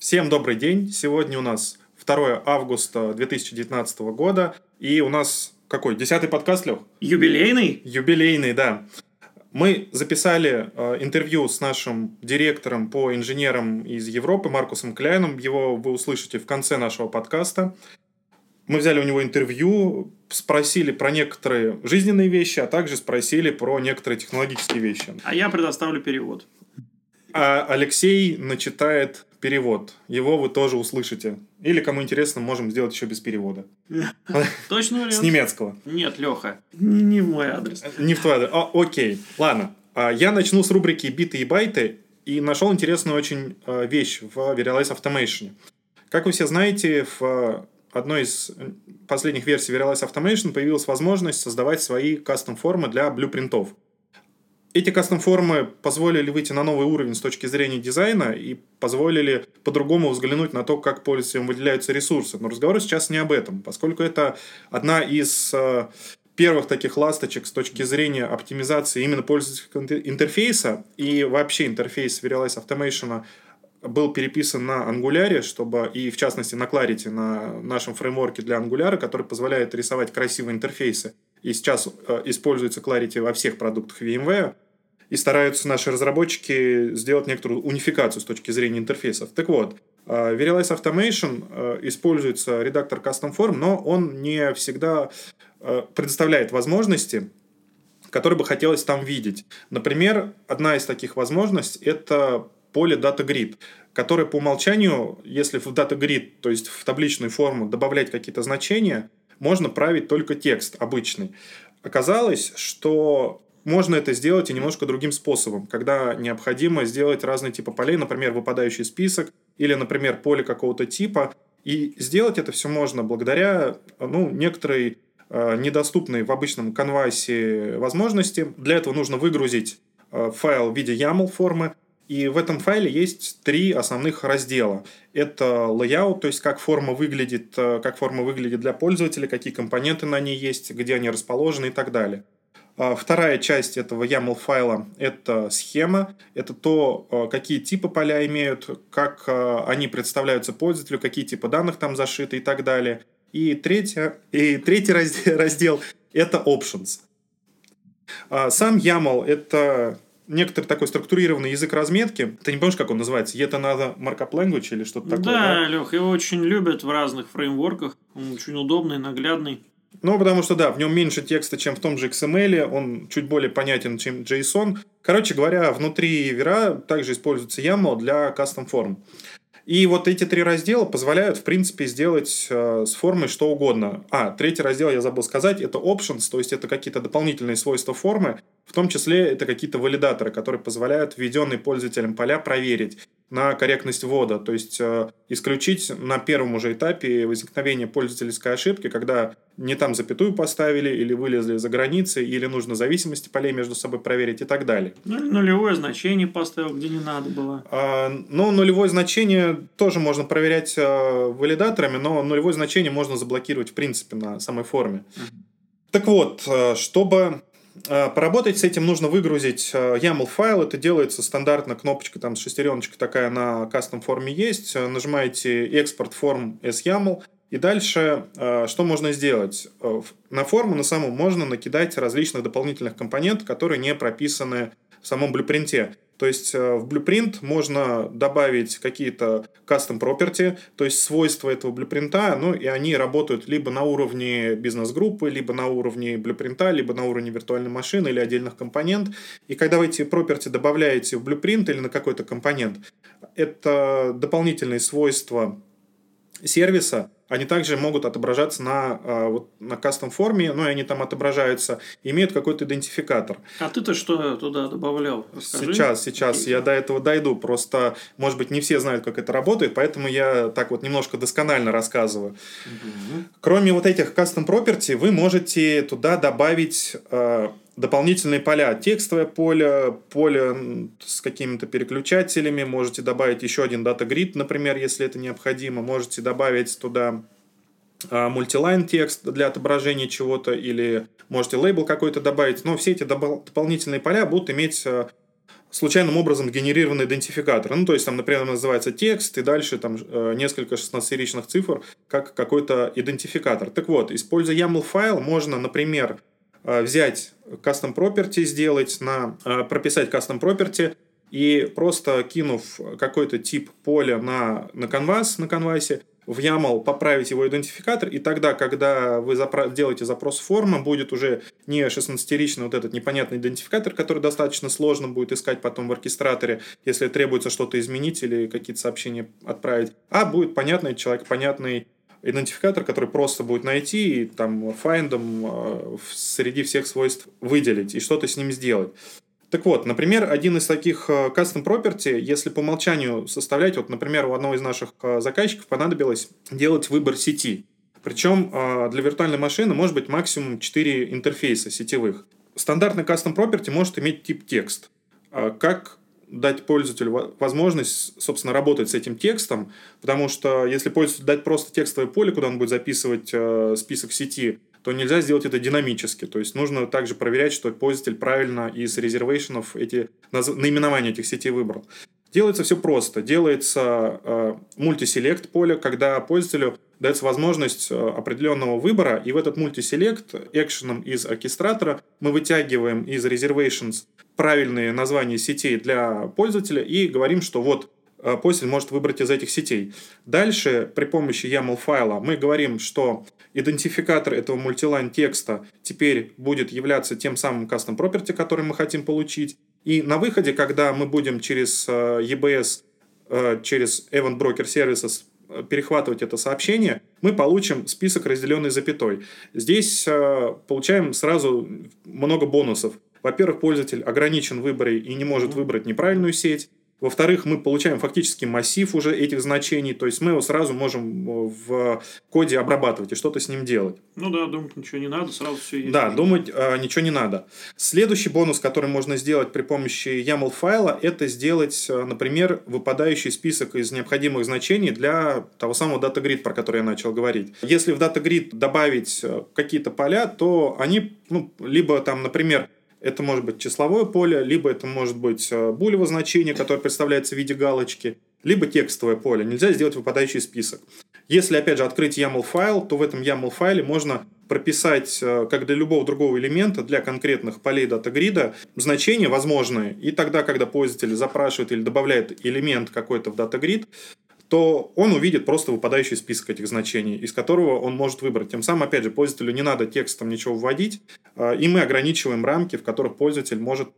Всем добрый день. Сегодня у нас 2 августа 2019 года. И у нас какой? 10-й подкаст, Лех? Юбилейный? Юбилейный, да. Мы записали интервью с нашим директором по инженерам из Европы Маркусом Кляйном. Его вы услышите в конце нашего подкаста. Мы взяли у него интервью, спросили про некоторые жизненные вещи, а также спросили про некоторые технологические вещи. А я предоставлю перевод. А Алексей начитает перевод. Его вы тоже услышите. Или, кому интересно, можем сделать еще без перевода. Точно вариант? С немецкого. Нет, Леха, не в мой адрес. Не в твой адрес. Окей, ладно. Я начну с рубрики «Биты и байты» и нашел интересную очень вещь в Verialize Automation. Как вы все знаете, в одной из последних версий Verialize Automation появилась возможность создавать свои кастом-формы для блюпринтов. Эти кастом-формы позволили выйти на новый уровень с точки зрения дизайна и позволили по-другому взглянуть на то, как пользователям выделяются ресурсы. Но разговор сейчас не об этом, поскольку это одна из первых таких ласточек с точки зрения оптимизации именно пользовательского интерфейса, и вообще интерфейс Verialize Automation был переписан на Angular, чтобы, и в частности на Clarity, на нашем фреймворке для Angular, который позволяет рисовать красивые интерфейсы. И сейчас используется Clarity во всех продуктах VMware. И стараются наши разработчики сделать некоторую унификацию с точки зрения интерфейсов. Так вот, Verialize Automation используется редактор Custom Form, но он не всегда предоставляет возможности, которые бы хотелось там видеть. Например, одна из таких возможностей – это поле DataGrid, которое по умолчанию, если в DataGrid, то есть в табличную форму, добавлять какие-то значения, можно править только текст обычный. Оказалось, что можно это сделать и немножко другим способом, когда необходимо сделать разные типы полей, например, выпадающий список или, например, поле какого-то типа. И сделать это все можно благодаря некоторой недоступной в обычном канвасе возможности. Для этого нужно выгрузить файл в виде YAML формы. И в этом файле есть 3 основных раздела. Это layout, то есть как форма выглядит для пользователя, какие компоненты на ней есть, где они расположены и так далее. Вторая часть этого YAML файла – это схема, это то, какие типы поля имеют, как они представляются пользователю, какие типы данных там зашиты и так далее. И третий раздел – это options. Сам YAML – это некоторый такой структурированный язык разметки. Ты не помнишь, как он называется? Yet Another Markup Language или что-то такое? Да, Лех, его очень любят в разных фреймворках. Он очень удобный, наглядный. Потому что, да, в нем меньше текста, чем в том же XML, он чуть более понятен, чем JSON. Короче говоря, внутри Vera также используется YAML для кастом-форм. И вот эти 3 раздела позволяют, в принципе, сделать с формой что угодно. Третий раздел я забыл сказать, это options, то есть это какие-то дополнительные свойства формы, в том числе это какие-то валидаторы, которые позволяют введенные пользователем поля проверить на корректность ввода, то есть исключить на первом уже этапе возникновения пользовательской ошибки, когда не там запятую поставили, или вылезли за границы, или нужно зависимости полей между собой проверить и так далее. Нулевое значение поставил, где не надо было. Нулевое значение тоже можно проверять валидаторами, но нулевое значение можно заблокировать в принципе на самой форме. Так вот, чтобы поработать с этим, нужно выгрузить YAML файл. Это делается стандартно, кнопочка там с шестереночкой такая на кастом форме есть. Нажимаете export form as YAML. И дальше что можно сделать? На форму на саму можно накидать различных дополнительных компонентов, которые не прописаны в самом блюпринте. То есть в блюпринт можно добавить какие-то custom property, то есть свойства этого блюпринта, и они работают либо на уровне бизнес-группы, либо на уровне блюпринта, либо на уровне виртуальной машины или отдельных компонент. И когда вы эти property добавляете в блюпринт или на какой-то компонент, это дополнительные свойства сервиса, они также могут отображаться на кастом-форме, и они там отображаются, имеют какой-то идентификатор. А ты-то что туда добавлял? Расскажи. Сейчас я до этого дойду. Просто, может быть, не все знают, как это работает, поэтому я так вот немножко досконально рассказываю. Кроме вот этих custom property, вы можете туда добавить дополнительные поля. Текстовое поле с какими-то переключателями. Можете добавить еще один DataGrid, например, если это необходимо. Можете добавить туда мультилайн текст для отображения чего-то, или можете лейбл какой-то добавить. Но все эти дополнительные поля будут иметь случайным образом генерированный идентификатор. Ну, то есть, там, например, называется текст, и дальше там несколько 16-серичных цифр, как какой-то идентификатор. Так вот, используя YAML файл, можно, например, взять custom property, прописать custom property, и просто кинув какой-то тип поля на канвасе, в YAML поправить его идентификатор, и тогда, когда вы делаете запрос форма, будет уже не 16-ричный вот этот непонятный идентификатор, который достаточно сложно будет искать потом в оркестраторе, если требуется что-то изменить или какие-то сообщения отправить, а будет понятный идентификатор, который просто будет найти и там файндом среди всех свойств выделить и что-то с ним сделать. Так вот, например, один из таких custom property, если по умолчанию составлять, вот, например, у одного из наших заказчиков понадобилось делать выбор сети. Причем для виртуальной машины может быть максимум 4 интерфейса сетевых. Стандартный custom property может иметь тип текст. Как дать пользователю возможность, собственно, работать с этим текстом, потому что если пользователю дать просто текстовое поле, куда он будет записывать список сети, то нельзя сделать это динамически. То есть нужно также проверять, что пользователь правильно из резервейшенов наименования этих сетей выбрал. Делается все просто. Делается мультиселект поле, когда пользователю дается возможность определенного выбора, и в этот мультиселект экшеном из оркестратора мы вытягиваем из reservations правильные названия сетей для пользователя и говорим, что вот пользователь может выбрать из этих сетей. Дальше при помощи YAML файла мы говорим, что идентификатор этого мультилайн текста теперь будет являться тем самым custom property, который мы хотим получить. И на выходе, когда мы будем через EBS, через Event Broker Services перехватывать это сообщение, мы получим список, разделенный запятой. Здесь получаем сразу много бонусов. Во-первых, пользователь ограничен в выборе и не может выбрать неправильную сеть. Во-вторых, мы получаем фактически массив уже этих значений, то есть мы его сразу можем в коде обрабатывать и что-то с ним делать. Ну да, думать ничего не надо, сразу все есть. Да, думать ничего не надо. Следующий бонус, который можно сделать при помощи YAML файла, это сделать, например, выпадающий список из необходимых значений для того самого DataGrid, про который я начал говорить. Если в DataGrid добавить какие-то поля, то они, либо там, например, это может быть числовое поле, либо это может быть булево значение, которое представляется в виде галочки, либо текстовое поле. Нельзя сделать выпадающий список. Если, опять же, открыть YAML файл, то в этом YAML файле можно прописать, как для любого другого элемента, для конкретных полей DataGrid, значения возможные. И тогда, когда пользователь запрашивает или добавляет элемент какой-то в DataGrid, то он увидит просто выпадающий список этих значений, из которого он может выбрать. Тем самым, опять же, пользователю не надо текстом ничего вводить, и мы ограничиваем рамки, в которых пользователь может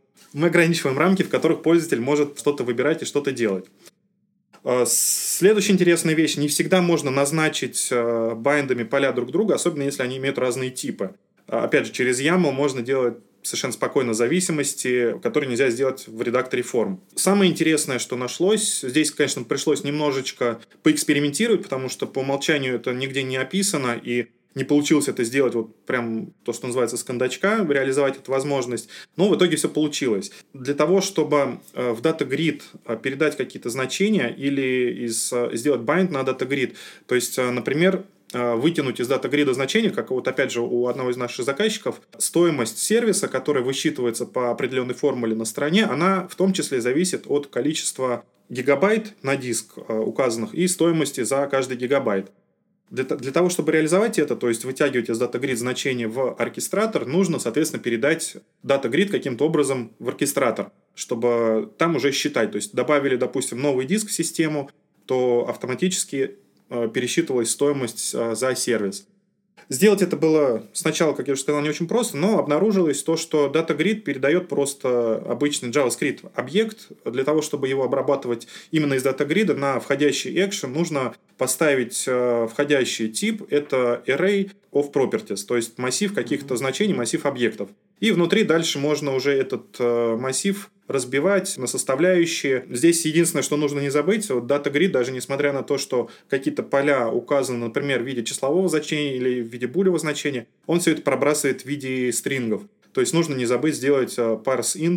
что-то выбирать и что-то делать. Следующая интересная вещь. Не всегда можно назначить байндами поля друг друга, особенно если они имеют разные типы. Опять же, через YAML можно делать совершенно спокойно зависимости, которые нельзя сделать в редакторе форм. Самое интересное, что нашлось, здесь, конечно, пришлось немножечко поэкспериментировать, потому что по умолчанию это нигде не описано, и не получилось это сделать вот прям то, что называется с кондачка, реализовать эту возможность, но в итоге все получилось. Для того, чтобы в DataGrid передать какие-то значения или сделать bind на DataGrid, то есть, например, вытянуть из DataGrid значение, как вот опять же у одного из наших заказчиков, стоимость сервиса, которая высчитывается по определенной формуле на стороне, она в том числе зависит от количества гигабайт на диск указанных и стоимости за каждый гигабайт. Для того, чтобы реализовать это, то есть вытягивать из DataGrid значение в оркестратор, нужно, соответственно, передать DataGrid каким-то образом в оркестратор, чтобы там уже считать. То есть добавили, допустим, новый диск в систему, то автоматически пересчитывалась стоимость за сервис. Сделать это было сначала, как я уже сказал, не очень просто, но обнаружилось то, что DataGrid передает просто обычный JavaScript объект. Для того, чтобы его обрабатывать именно из DataGrid на входящий action, нужно поставить входящий тип, это array of properties, то есть массив каких-то значений, массив объектов. И внутри дальше можно уже этот массив разбивать на составляющие. Здесь единственное, что нужно не забыть, вот DataGrid, даже несмотря на то, что какие-то поля указаны, например, в виде числового значения или в виде булевого значения, он все это пробрасывает в виде стрингов. То есть нужно не забыть сделать parse int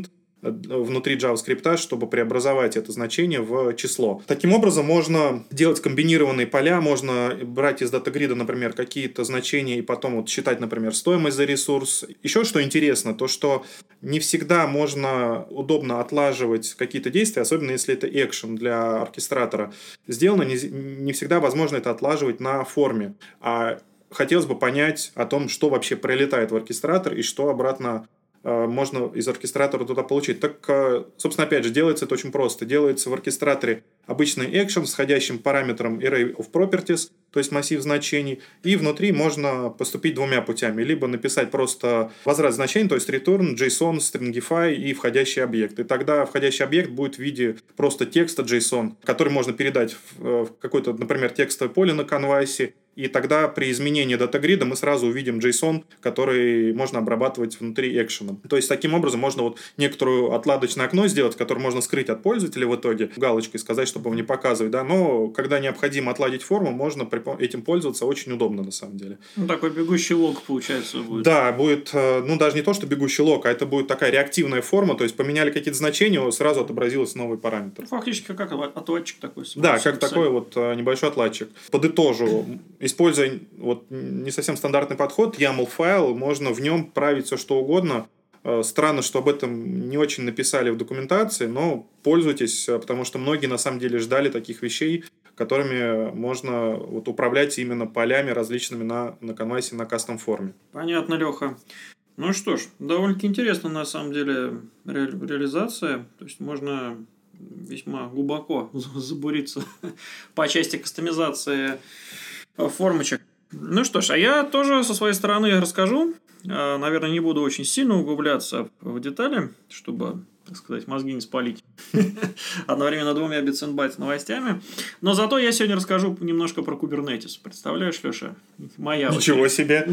внутри JavaScript, чтобы преобразовать это значение в число. Таким образом, можно делать комбинированные поля, можно брать из датагрида, например, какие-то значения и потом вот считать, например, стоимость за ресурс. Еще что интересно, то что не всегда можно удобно отлаживать какие-то действия, особенно если это экшен для оркестратора. Сделано, не всегда возможно это отлаживать на форме. А хотелось бы понять о том, что вообще прилетает в оркестратор и что обратно можно из оркестратора туда получить. Так, собственно, опять же, делается это очень просто. Делается в оркестраторе обычный экшен с входящим параметром array of properties, то есть массив значений, и внутри можно поступить двумя путями. Либо написать просто возврат значений, то есть return, JSON, stringify и входящий объект. И тогда входящий объект будет в виде просто текста JSON, который можно передать в какое-то, например, текстовое поле на канвасе, и тогда при изменении датагрида мы сразу увидим JSON, который можно обрабатывать внутри экшена. То есть, таким образом, можно вот некоторую отладочное окно сделать, которое можно скрыть от пользователя в итоге, галочкой сказать, чтобы его не показывать, да, но когда необходимо отладить форму, можно этим пользоваться очень удобно, на самом деле. Ну, такой бегущий лог, получается, будет. Да, будет, ну, даже не то, что бегущий лог, а это будет такая реактивная форма, то есть, поменяли какие-то значения, сразу отобразился новый параметр. Фактически, как отладчик такой. Да, как такой вот небольшой отладчик. Подытожу. Используя вот не совсем стандартный подход, YAML-файл, можно в нем править все, что угодно. Странно, что об этом не очень написали в документации, но пользуйтесь, потому что многие на самом деле ждали таких вещей, которыми можно вот управлять именно полями различными на канвасе, на кастом-форме. Понятно, Леха. Ну что ж, довольно-таки интересно на самом деле реализация. То есть можно весьма глубоко забуриться по части кастомизации формочек. Ну что ж, а я тоже со своей стороны расскажу. Наверное, не буду очень сильно углубляться в детали, чтобы, так сказать, мозги не спалить одновременно 2 bits and bytes новостями. Но зато я сегодня расскажу немножко про Kubernetes. Представляешь, Леша? Моя Ничего себе!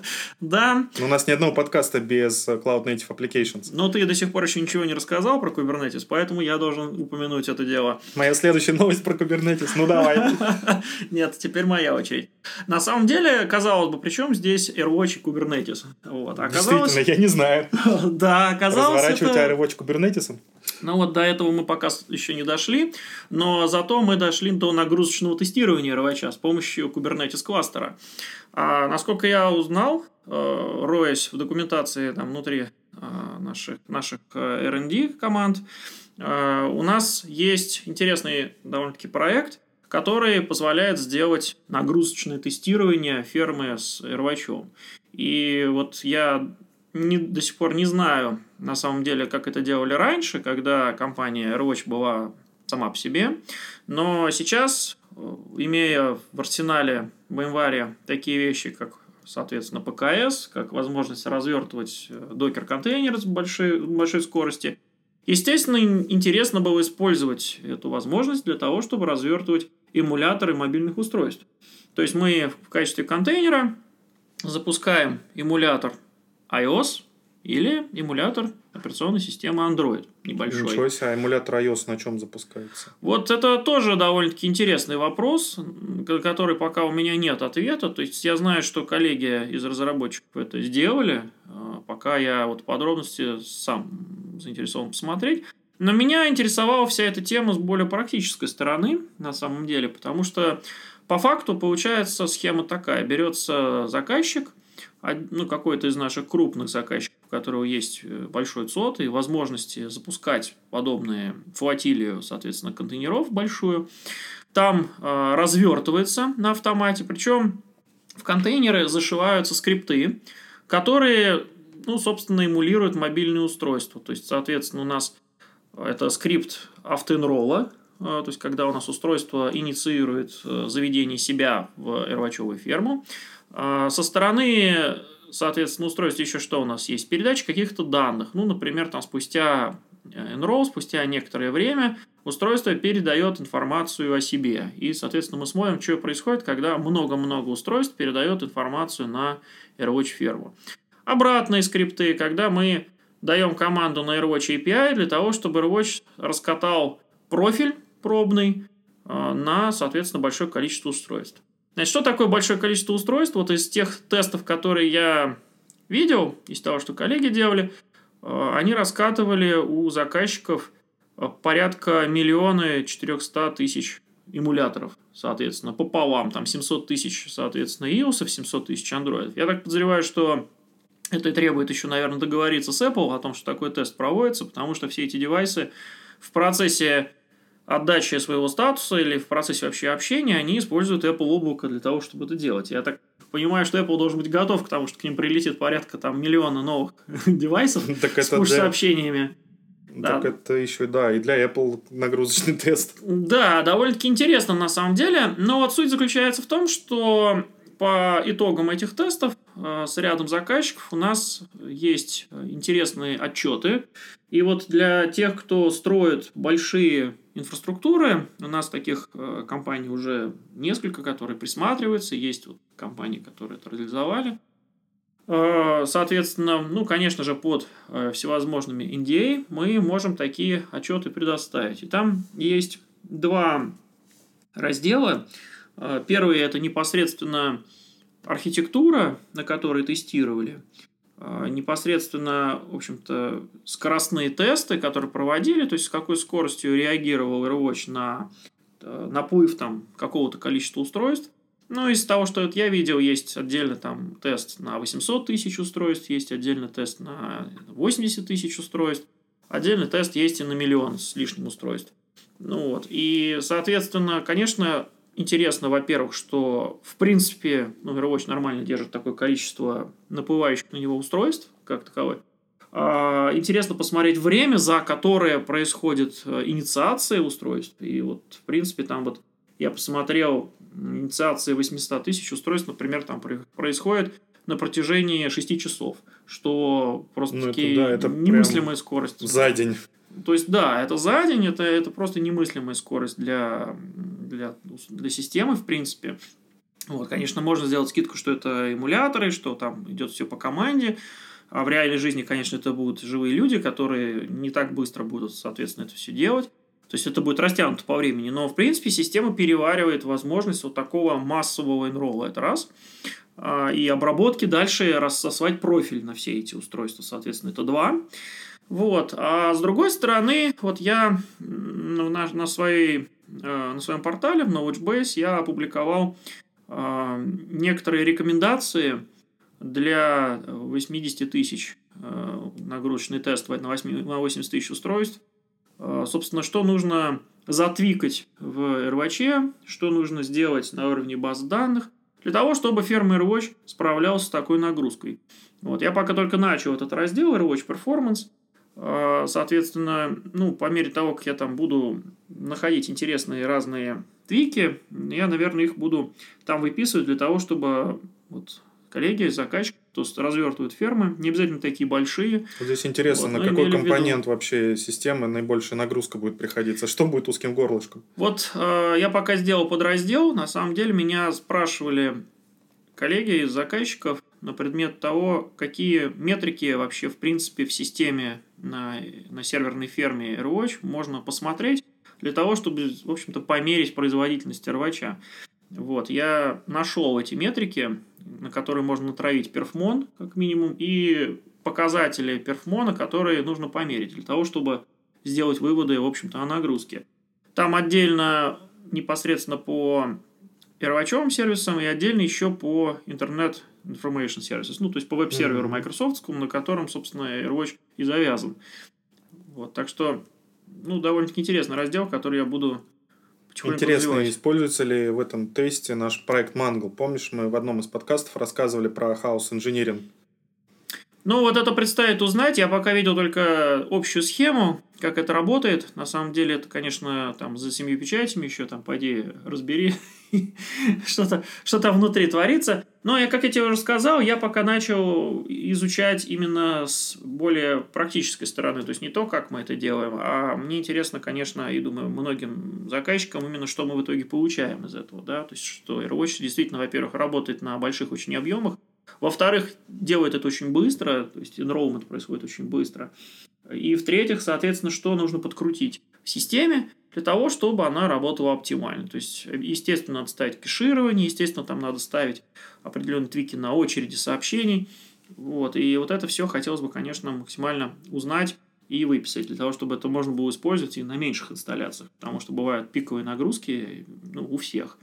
Да. У нас ни одного подкаста без Cloud Native Applications. Но ты до сих пор еще ничего не рассказал про Kubernetes, поэтому я должен упомянуть это дело. Моя следующая новость про Kubernetes. Ну, давай. Нет, теперь моя очередь. На самом деле, казалось бы, при чем здесь AirWatch и Kubernetes? Вот. Действительно, я не знаю. Да, оказалось, разворачивать AirWatch Kubernetes? Ну вот до этого мы пока еще не дошли, но зато мы дошли до нагрузочного тестирования AirWatch с помощью Kubernetes кластера. А насколько я узнал, роясь в документации там, внутри наших R&D команд, у нас есть интересный довольно-таки проект, который позволяет сделать нагрузочное тестирование фермы с AirWatch. И вот я до сих пор не знаю, на самом деле, как это делали раньше, когда компания AirWatch была сама по себе. Но сейчас, имея в арсенале VMware такие вещи, как, соответственно, ПКС, как возможность развертывать докер-контейнеры с большой скорости, естественно, интересно было использовать эту возможность для того, чтобы развертывать эмуляторы мобильных устройств. То есть мы в качестве контейнера запускаем эмулятор iOS или эмулятор операционной системы Android небольшой. Ничего себе, а эмулятор iOS на чем запускается? Вот это тоже довольно-таки интересный вопрос, который пока у меня нет ответа. То есть я знаю, что коллеги из разработчиков это сделали, пока я вот подробности сам заинтересован посмотреть. Но меня интересовала вся эта тема с более практической стороны, на самом деле, потому что по факту получается схема такая. Берется заказчик, ну, какой-то из наших крупных заказчиков, у которого есть большой ЦОД и возможности запускать подобные флотилию, соответственно, контейнеров большую. Там развертывается на автомате, причем в контейнеры зашиваются скрипты, которые, ну, собственно, эмулируют мобильные устройства. То есть, соответственно, у нас это скрипт автоэнролла, то есть, когда у нас устройство инициирует заведение себя в AirWatch ферму. Со стороны, соответственно, устройства еще что у нас есть? Передача каких-то данных. Ну, например, там спустя enroll, спустя некоторое время устройство передает информацию о себе. И, соответственно, мы смотрим, что происходит, когда много-много устройств передает информацию на AirWatch ферму. Обратные скрипты, когда мы даем команду на AirWatch API для того, чтобы AirWatch раскатал профиль пробный на, соответственно, большое количество устройств. Значит, что такое большое количество устройств? Вот из тех тестов, которые я видел, из того, что коллеги делали, они раскатывали у заказчиков порядка 1 400 000 эмуляторов, соответственно, пополам, там 700 000, соответственно, iOS, 700 000 Android. Я так подозреваю, что это требует еще, наверное, договориться с Apple о том, что такой тест проводится, потому что все эти девайсы в процессе отдачи своего статуса или в процессе вообще общения, они используют Apple облако для того, чтобы это делать. Я так понимаю, что Apple должен быть готов к тому, что к ним прилетит порядка там 1 000 000 новых девайсов с пуш-сообщениями. Так это еще, да, и для Apple нагрузочный тест. Да, довольно-таки интересно на самом деле. Но вот суть заключается в том, что по итогам этих тестов с рядом заказчиков у нас есть интересные отчеты. И вот для тех, кто строит большие инфраструктуры, у нас таких компаний уже несколько, которые присматриваются. Есть вот компании, которые это реализовали. Соответственно, ну, конечно же, под всевозможными NDA мы можем такие отчеты предоставить. И там есть 2 раздела. Первый – это непосредственно архитектура, на которой тестировали. Непосредственно, в общем-то, скоростные тесты, которые проводили, то есть с какой скоростью реагировал AirWatch на наплыв там какого-то количества устройств. Ну, из того, что я видел, есть отдельно там тест на 800 000 устройств, есть отдельно тест на 80 000 устройств, отдельный тест есть и на 1 000 000 с лишним устройств. Ну вот, и, соответственно, конечно, интересно, во-первых, что, в принципе, AirWatch нормально держит такое количество наплывающих на него устройств, как таковое. Интересно посмотреть время, за которое происходит инициация устройств. И вот, в принципе, там вот я посмотрел, инициация 800 000 устройств, например, там происходит на протяжении 6 часов, что просто-таки немыслимая скорость. За день. То есть, да, это за день, это просто немыслимая скорость для системы, в принципе. Вот, конечно, можно сделать скидку, что это эмуляторы, что там идет все по команде. А в реальной жизни, конечно, это будут живые люди, которые не так быстро будут, соответственно, это все делать. То есть, это будет растянуто по времени. Но, в принципе, система переваривает возможность вот такого массового энролла. Это раз. И обработки дальше рассосать профиль на все эти устройства. Соответственно, это 2. Вот. А с другой стороны, вот я на своем портале в KnowledgeBase я опубликовал некоторые рекомендации для 80 000 нагрузочный тест на 80 000 устройств. Собственно, что нужно затвикать в AirWatch, что нужно сделать на уровне баз данных, для того, чтобы ферма AirWatch справлялся с такой нагрузкой. Вот. Я пока только начал этот раздел AirWatch Performance. Соответственно, по мере того, как я там буду находить интересные разные твики, я, наверное, их буду там выписывать для того, чтобы вот коллеги, заказчики, кто развертывают фермы, не обязательно такие большие. Вот здесь интересно, на какой компонент вообще системы наибольшая нагрузка будет приходиться? Что будет узким горлышком? Вот я пока сделал подраздел. На самом деле меня спрашивали коллеги из заказчиков на предмет того, какие метрики вообще в принципе в системе на серверной ферме AirWatch можно посмотреть для того, чтобы, в общем-то, померить производительность AirWatch. Вот, я нашел эти метрики, на которые можно натравить перфмон, как минимум, и показатели перфмона, которые нужно померить для того, чтобы сделать выводы, в общем-то, о нагрузке. Там отдельно непосредственно по первачевым сервисам и отдельно еще по Internet Information Services, то есть по веб-серверу Microsoft, на котором, собственно, AirWatch и завязан. Вот, так что, довольно-таки интересный раздел, который я буду интересно, используется ли в этом тесте наш проект Mangle? Помнишь, мы в одном из подкастов рассказывали про хаос инжиниринг? Вот это предстоит узнать. Я пока видел только общую схему, как это работает. На самом деле, это, конечно, там за 7 печатями еще там пойди разбери, что там внутри творится. Но, как я тебе уже сказал, я пока начал изучать именно с более практической стороны. То есть, не то, как мы это делаем, а мне интересно, конечно, и думаю, многим заказчикам именно, что мы в итоге получаем из этого. Да? То есть, что AirWatch действительно, во-первых, работает на больших очень объемах. Во-вторых, делает это очень быстро, то есть enrollment происходит очень быстро. И в-третьих, соответственно, что нужно подкрутить в системе для того, чтобы она работала оптимально. То есть, естественно, надо ставить кэширование, естественно, там надо ставить определенные твики на очереди сообщений. Вот, и вот это все хотелось бы, конечно, максимально узнать и выписать, для того, чтобы это можно было использовать и на меньших инсталляциях, потому что бывают пиковые нагрузки, ну, у всех.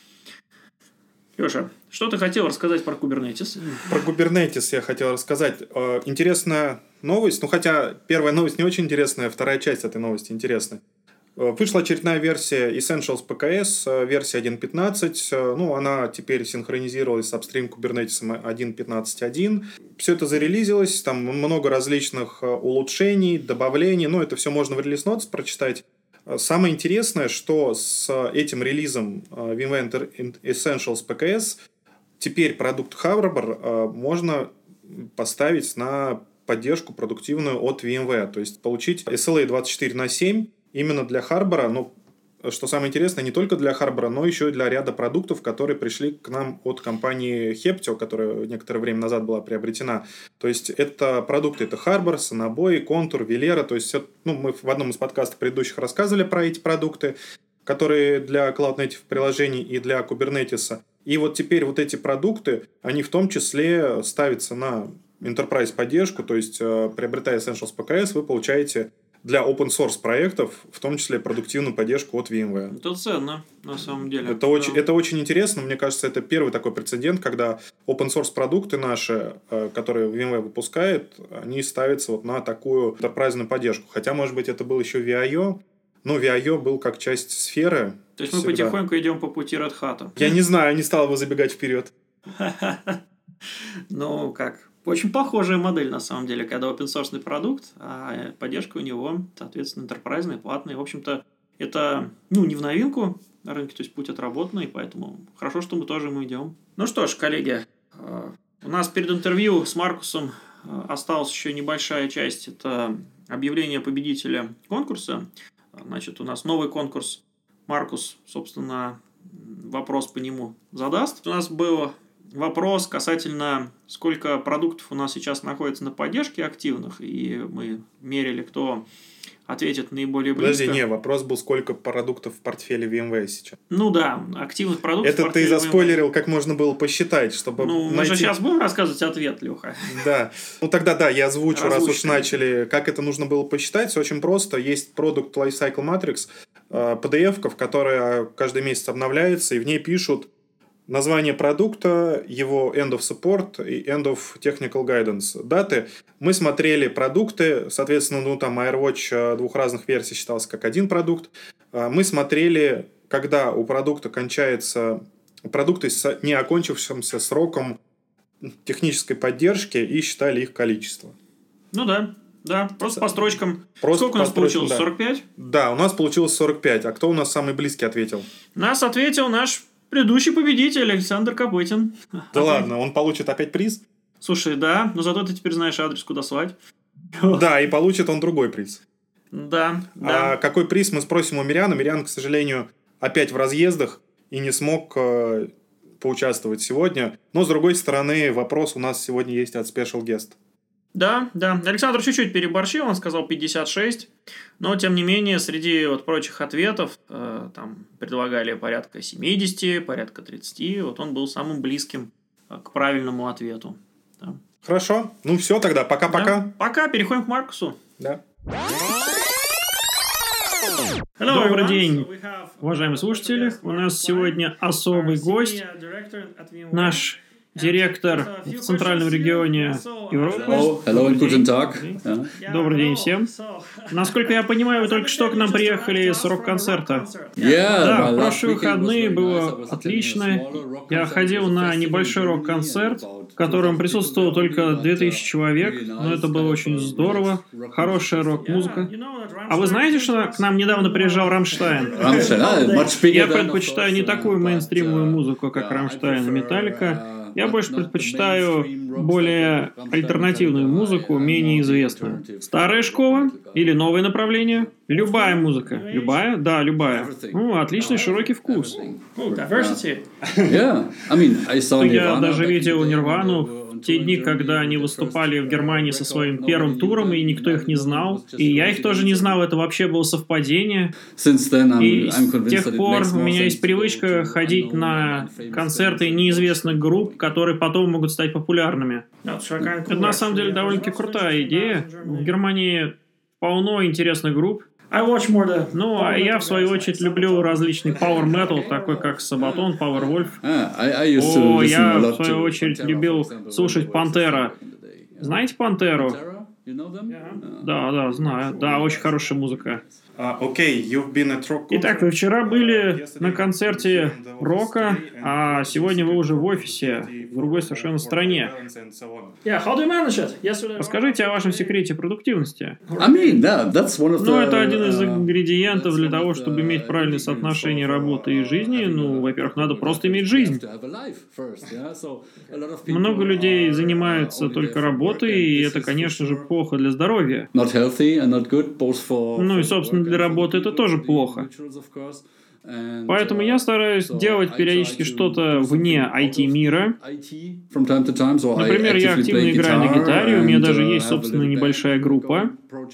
Леша, что ты хотел рассказать про Kubernetes? Про Kubernetes я хотел рассказать. Интересная новость, ну хотя первая новость не очень интересная, вторая часть этой новости интересная. Вышла очередная версия Essentials PKS, версия 1.15. Ну, она теперь синхронизировалась с Upstream Kubernetes 1.15.1. Все это зарелизилось, там много различных улучшений, добавлений. Ну, это все можно в Release Notes прочитать. Самое интересное, что с этим релизом VMware Essentials PKS теперь продукт Harbor можно поставить на поддержку продуктивную от VMware. То есть получить SLA 24/7 именно для Harbor, ну, что самое интересное, не только для Harbor, но еще и для ряда продуктов, которые пришли к нам от компании Heptio, которая некоторое время назад была приобретена. То есть это продукты, это Harbor, Sonobuoy, Contour, Velera. То есть ну, мы в одном из подкастов предыдущих рассказывали про эти продукты, которые для Cloud Native приложений и для Kubernetes. И вот теперь вот эти продукты, они в том числе ставятся на Enterprise поддержку, то есть приобретая Essentials PKS, вы получаете для open source проектов, в том числе продуктивную поддержку от VMware. Это ценно, на самом деле. Это очень интересно. Мне кажется, это первый такой прецедент, когда open source продукты наши, которые VMware выпускает, они ставятся вот на такую enterprise поддержку. Хотя, может быть, это был еще VIO, но VIO был как часть сферы. То есть мы потихоньку идем по пути Red Hat. Я не знаю, не стал бы забегать вперед. Ну, как? Очень похожая модель, на самом деле, когда open-source продукт, а поддержка у него, соответственно, enterprise, платная. В общем-то, это, ну, не в новинку на рынке, то есть путь отработанный, поэтому хорошо, что мы тоже ему идем. Ну что ж, коллеги, у нас перед интервью с Маркусом осталась еще небольшая часть, это объявление победителя конкурса. Значит, у нас новый конкурс. Маркус, собственно, вопрос по нему задаст. У нас был вопрос касательно, сколько продуктов у нас сейчас находится на поддержке активных, и мы мерили, кто ответит наиболее близко. Подожди, вопрос был, сколько продуктов в портфеле VMware сейчас. Ну да, активных продуктов это в портфеле ты заспойлерил, VMware. Как можно было посчитать, чтобы найти... мы же сейчас будем рассказывать ответ, Леха. Да, ну тогда да, я озвучу, раз уж начали, как это нужно было посчитать. Все очень просто. Есть Product Lifecycle Matrix, PDF-ка, которая каждый месяц обновляется, и в ней пишут название продукта, его end of support и end of technical guidance даты. Мы смотрели продукты, соответственно, ну там AirWatch двух разных версий считался как один продукт. Мы смотрели, когда у продукта кончается продукты с не окончившимся сроком технической поддержки и считали их количество. Ну да. Да, просто по строчкам. Сколько у нас получилось? Да. 45? Да, у нас получилось 45. А кто у нас самый близкий ответил? Нас ответил наш предыдущий победитель Александр Копытин. Да ладно, он получит опять приз? Слушай, да, но зато ты теперь знаешь адрес, куда слать. Да, и получит он другой приз. Да. А какой приз, мы спросим у Миряна. Мирян, к сожалению, опять в разъездах и не смог поучаствовать сегодня. Но, с другой стороны, вопрос у нас сегодня есть от Special Guest. Да. Александр чуть-чуть переборщил, он сказал 56, но, тем не менее, среди вот прочих ответов там предлагали порядка 70, порядка 30, вот он был самым близким к правильному ответу. Да. Хорошо, ну все тогда, пока-пока. Да. Пока, переходим к Маркусу. Да. Добрый день, уважаемые слушатели. У нас сегодня особый гость, наш директор в центральном регионе Европы. Hello, guten Tag. Добрый день всем. Насколько я понимаю, вы только что к нам приехали с рок-концерта. Да, прошлые выходные было отлично. Я ходил на небольшой рок-концерт, в котором присутствовало только 2000 человек, но это было очень здорово. Хорошая рок-музыка. А вы знаете, что к нам недавно приезжал Рамштайн? Я предпочитаю не такую мейнстримовую музыку, как Рамштайн и Металлика. Я больше предпочитаю более альтернативную музыку, менее известную. Старая школа или новое направление? Любая музыка. Любая? Да, любая. Ну, отличный широкий вкус. Diversity. Я даже видел Нирвану в те дни, когда они выступали в Германии со своим первым туром, и никто их не знал. И я их тоже не знал, это вообще было совпадение. И с тех пор у меня есть привычка ходить на концерты неизвестных групп, которые потом могут стать популярными. Это на самом деле довольно-таки крутая идея. В Германии полно интересных групп. Ну, а я, в свою очередь, люблю различный power metal, такой как Sabaton, Powerwolf. Я, в свою очередь, любил слушать Пантера. Знаете Пантеру? Да, знаю. Да, очень хорошая музыка. Итак, вы вчера были на концерте рока, а сегодня вы уже в офисе, в другой совершенно стране. Расскажите о вашем секрете продуктивности. Это один из ингредиентов для того, чтобы иметь правильное соотношение работы и жизни. Во-первых, надо просто иметь жизнь. Много людей занимаются только работой, и это, конечно же, плохо для здоровья. И, собственно, для работы это тоже плохо. Поэтому я стараюсь делать периодически что-то вне IT-мира. Например, я активно играю на гитаре, у меня даже есть собственная небольшая группа.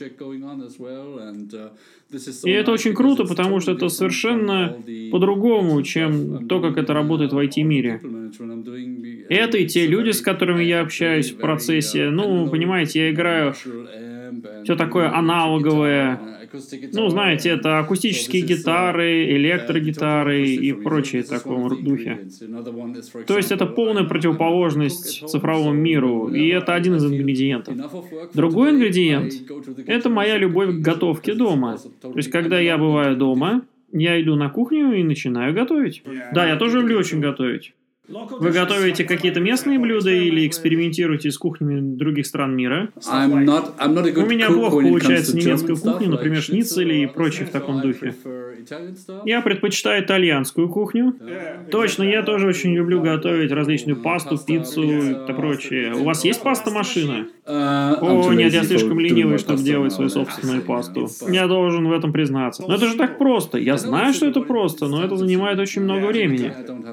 И это очень круто, потому что это совершенно по-другому, чем то, как это работает в IT-мире. Это и те люди, с которыми я общаюсь в процессе. Понимаете, я играю все такое аналоговое. Знаете, это акустические гитары, электрогитары и прочее в таком духе. То есть это полная противоположность цифровому миру, и это один из ингредиентов. Другой ингредиент – это моя любовь к готовке дома. То есть, когда я бываю дома, я иду на кухню и начинаю готовить. Да, я тоже люблю очень готовить. Вы готовите какие-то местные блюда или экспериментируете с кухнями других стран мира? У меня плохо получается немецкая кухня, например, шницели и прочее в таком духе. Я предпочитаю итальянскую кухню. Точно, я тоже очень люблю готовить различную пасту, пиццу и прочее. У вас есть паста-машина? Нет, я слишком ленивый, чтобы делать свою собственную пасту. Я должен в этом признаться. Но это же так просто. Я знаю, что это просто, но это занимает очень много времени.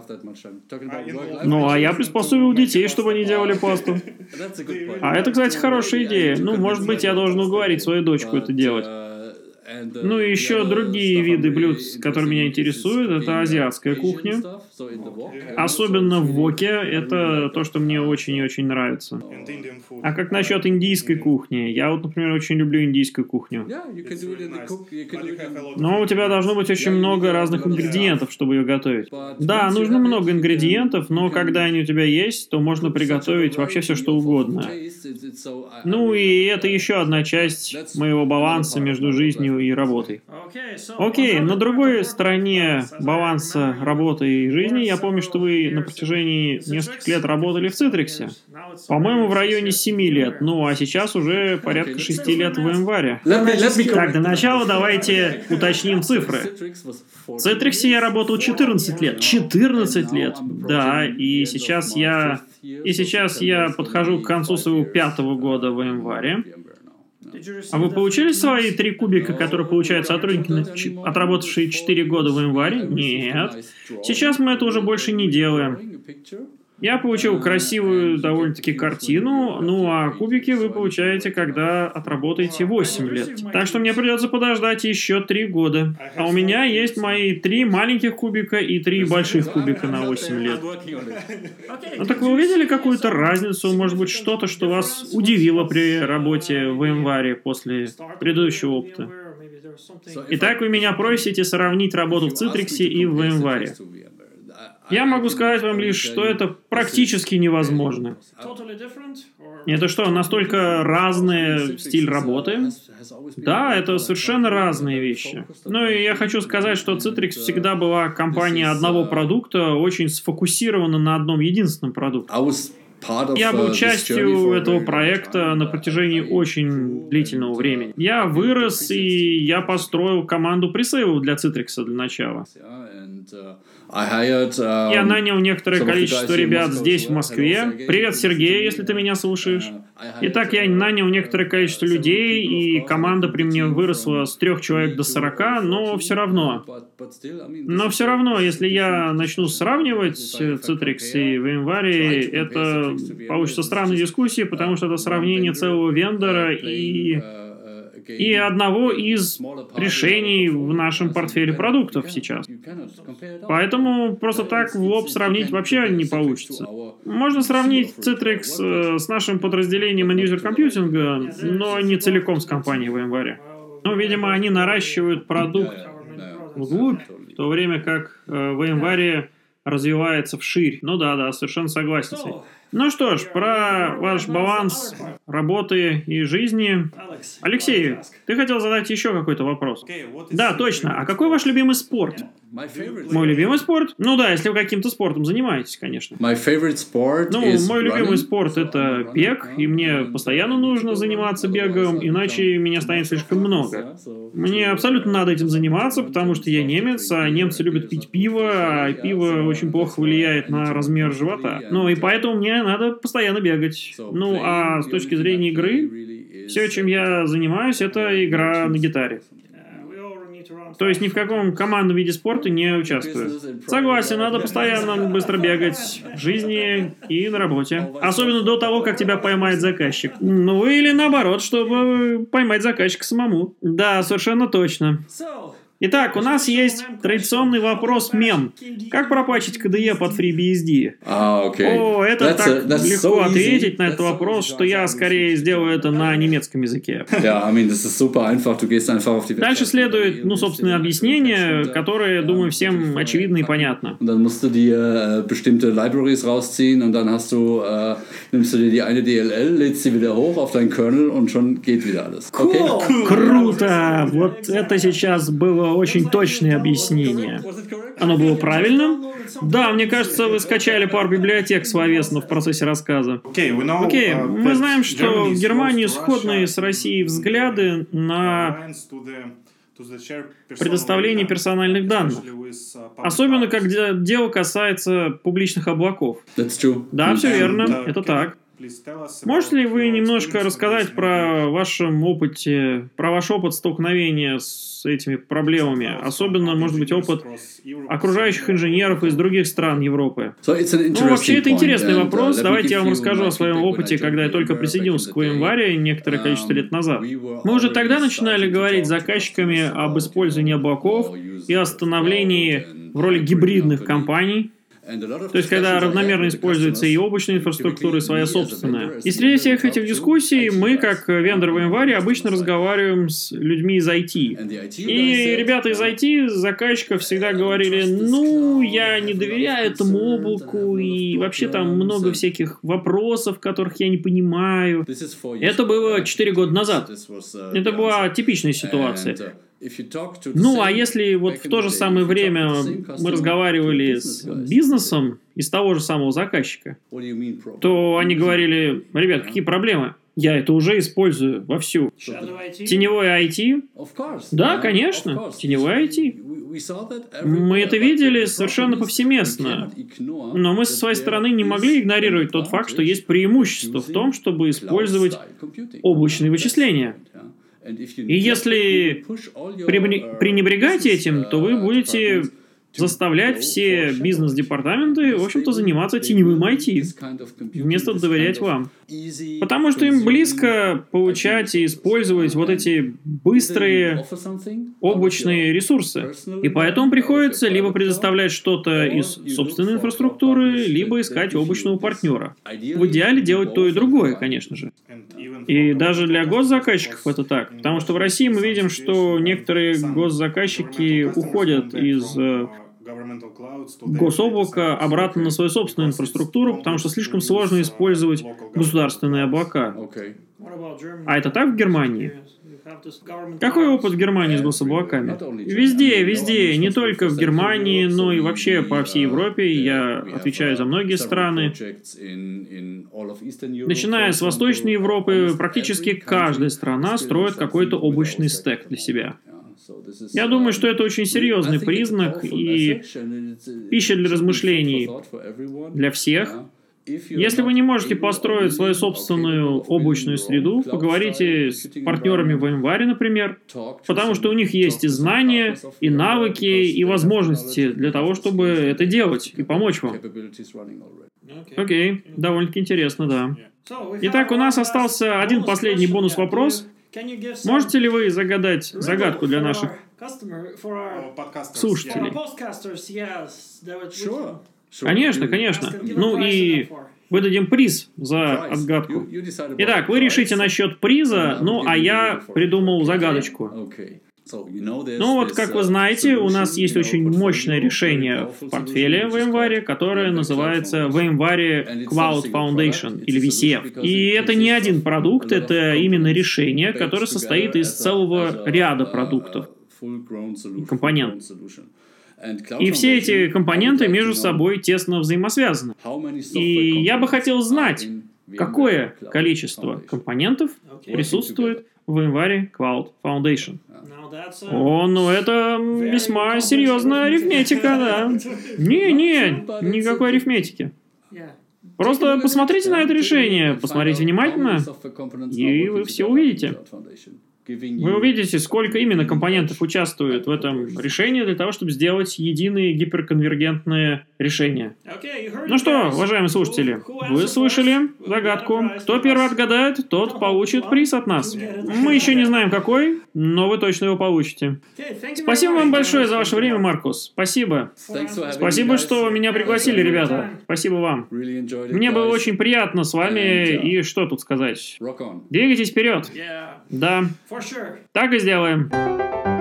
А я приспособил детей, чтобы они делали пасту. А это, кстати, хорошая идея. Может быть, я должен уговорить свою дочку это делать. И еще другие виды блюд, которые меня интересуют, это азиатская кухня. Особенно в воке, это то, что мне очень и очень нравится. А как насчет индийской кухни? Я например, очень люблю индийскую кухню. Но у тебя должно быть очень много разных ингредиентов, чтобы ее готовить. Да, нужно много ингредиентов, но когда они у тебя есть, то можно приготовить вообще все, что угодно. И это еще одна часть моего баланса между жизнью и работой. Окей, на другой стороне баланса работы и жизни, я помню, что вы на протяжении нескольких лет работали в Citrix. По-моему, в районе 7 лет. А сейчас уже порядка 6 лет в январе. Так, для начала давайте уточним цифры. В Citrix я работал 14 лет. 14 лет! Да, и сейчас я подхожу к концу своего 5-го года в январе. А вы получили свои 3 кубика, которые получают сотрудники, отработавшие 4 года в январе? Нет. Сейчас мы это уже больше не делаем. Я получил красивую довольно-таки картину, а кубики вы получаете, когда отработаете 8 лет. Так что мне придется подождать еще 3 года. А у меня есть мои 3 маленьких кубика и 3 больших кубика на 8 лет. Так вы увидели какую-то разницу, может быть, что-то, что вас удивило при работе в январе после предыдущего опыта? Итак, вы меня просите сравнить работу в Citrix и в январе. Я могу сказать вам лишь, что это практически невозможно. Это что, настолько разный стиль работы? Да, это совершенно разные вещи. И я хочу сказать, что Citrix всегда была компанией одного продукта, очень сфокусирована на одном единственном продукте. Я был частью этого проекта на протяжении очень длительного времени. Я вырос, и я построил команду пресейлов для Citrix для начала. Я нанял некоторое количество ребят здесь, в Москве. Привет, Сергей, если ты меня слушаешь. Итак, я нанял некоторое количество людей, и команда при мне выросла с 3 человек до 40, но все равно. Если я начну сравнивать Citrix и VMware, это получится странная дискуссия, потому что это сравнение целого вендора и одного из решений в нашем портфеле продуктов сейчас. Поэтому просто так в лоб сравнить вообще не получится. Можно сравнить Citrix с нашим подразделением End-User Computing, но не целиком с компанией VMware. Но, видимо, они наращивают продукт вглубь, в то время как VMware развивается вширь. Ну да, совершенно согласен с этим. Ну что ж, про ваш баланс работы и жизни. Алексей, ты хотел задать еще какой-то вопрос? Да, точно. А какой ваш любимый спорт? Мой любимый спорт? Ну да, если вы каким-то спортом занимаетесь, конечно. Мой любимый спорт — это бег, и мне постоянно нужно заниматься бегом, иначе меня станет слишком много. Мне абсолютно надо этим заниматься, потому что я немец, а немцы любят пить пиво, а пиво очень плохо влияет на размер живота. Ну и поэтому мне надо постоянно бегать. Ну а с точки зрения игры, все, чем я занимаюсь, это игра на гитаре. То есть ни в каком командном виде спорта не участвую. Согласен, надо постоянно быстро бегать в жизни и на работе. Особенно до того, как тебя поймает заказчик. Ну или наоборот, чтобы поймать заказчика самому. Да, совершенно точно. Итак, у нас есть традиционный вопрос-мем. Как пропатчить KDE под FreeBSD? О, это так легко ответить на этот вопрос, что я скорее сделаю это на немецком языке. Дальше следует, собственное объяснение, которое, думаю, всем очевидно и понятно. Nimmst du dir bestimmte Libraries rausziehen und dann nimmst du dir die eine DLL, lädst sie wieder hoch auf deinen Kernel und schon geht wieder alles. Okay? Круто! Вот это сейчас было очень точное объяснение. Оно было правильным? Да, мне кажется, вы скачали пару библиотек словесно в процессе рассказа. Окей, мы знаем, что в Германии сходные с Россией взгляды на предоставление персональных данных. Особенно, когда дело касается публичных облаков. Да, все верно, это так. Можете ли вы немножко рассказать про ваш опыт столкновения с этими проблемами? Особенно, может быть, опыт окружающих инженеров из других стран Европы. Вообще, это интересный вопрос. Давайте я вам расскажу о своем опыте, когда я только присоединился к VMware некоторое количество лет назад. Мы уже тогда начинали говорить с заказчиками об использовании облаков и о становлении в роли гибридных компаний. То есть, когда равномерно используется и облачная инфраструктура, и своя собственная. И среди всех этих дискуссий мы, как вендор VMware, обычно разговариваем с людьми из IT. И ребята из IT, заказчиков, всегда говорили, я не доверяю этому облаку, и вообще там много всяких вопросов, которых я не понимаю. Это было 4 года назад. Это была типичная ситуация. А если вот в то же самое время мы разговаривали с бизнесом из того же самого заказчика, то они говорили, ребят, какие проблемы? Я это уже использую вовсю. Теневое IT? Да, конечно, теневое IT. Мы это видели совершенно повсеместно. Но мы со своей стороны не могли игнорировать тот факт, что есть преимущество в том, чтобы использовать облачные вычисления. И если пренебрегать этим, то вы будете заставлять все бизнес-департаменты, в общем-то, заниматься теневым IT, вместо доверять вам. Потому что им близко получать и использовать вот эти быстрые облачные ресурсы. И поэтому приходится либо предоставлять что-то из собственной инфраструктуры, либо искать облачного партнера. В идеале делать то и другое, конечно же. И даже для госзаказчиков это так. Потому что в России мы видим, что некоторые госзаказчики уходят из гособлака обратно на свою собственную инфраструктуру, потому что слишком сложно использовать государственные облака. А это так в Германии? Какой опыт в Германии с гособлаками? Везде, не только в Германии, но и вообще по всей Европе. Я отвечаю за многие страны. Начиная с Восточной Европы, практически каждая страна строит какой-то облачный стэк для себя. Я думаю, что это очень серьезный признак и пища для размышлений для всех. Если вы не можете построить свою собственную облачную среду, поговорите с партнерами в VMware, например, потому что у них есть и знания, и навыки, и возможности для того, чтобы это делать и помочь вам. Окей, довольно-таки интересно, да. Итак, у нас остался один последний бонус-вопрос. Можете ли вы загадать загадку для наших слушателей? Конечно, конечно. Ну и выдадим приз за отгадку. Итак, вы решите насчет приза, ну а я придумал загадочку. Ну вот, как вы знаете, у нас есть очень мощное решение в портфеле VMware, которое называется VMware Cloud Foundation, или VCF. И это не один продукт, это именно решение, которое состоит из целого ряда продуктов, компонентов. И все эти компоненты между собой тесно взаимосвязаны. И я бы хотел знать, какое количество компонентов присутствует в VMware Cloud Foundation. О, ну это весьма серьезная арифметика, да. Никакой арифметики. Просто посмотрите на это решение, посмотрите внимательно, и вы все увидите. Вы увидите, сколько именно компонентов участвует в этом решении для того, чтобы сделать единое гиперконвергентное решение. Ну что, уважаемые слушатели, вы слышали загадку. Кто первый отгадает, тот получит приз от нас. Мы еще не знаем какой, но вы точно его получите. Спасибо вам большое за ваше время, Маркус. Спасибо. Спасибо, что меня пригласили, ребята. Спасибо вам. Мне было очень приятно с вами, и что тут сказать? Двигайтесь вперед. Да. Так и сделаем.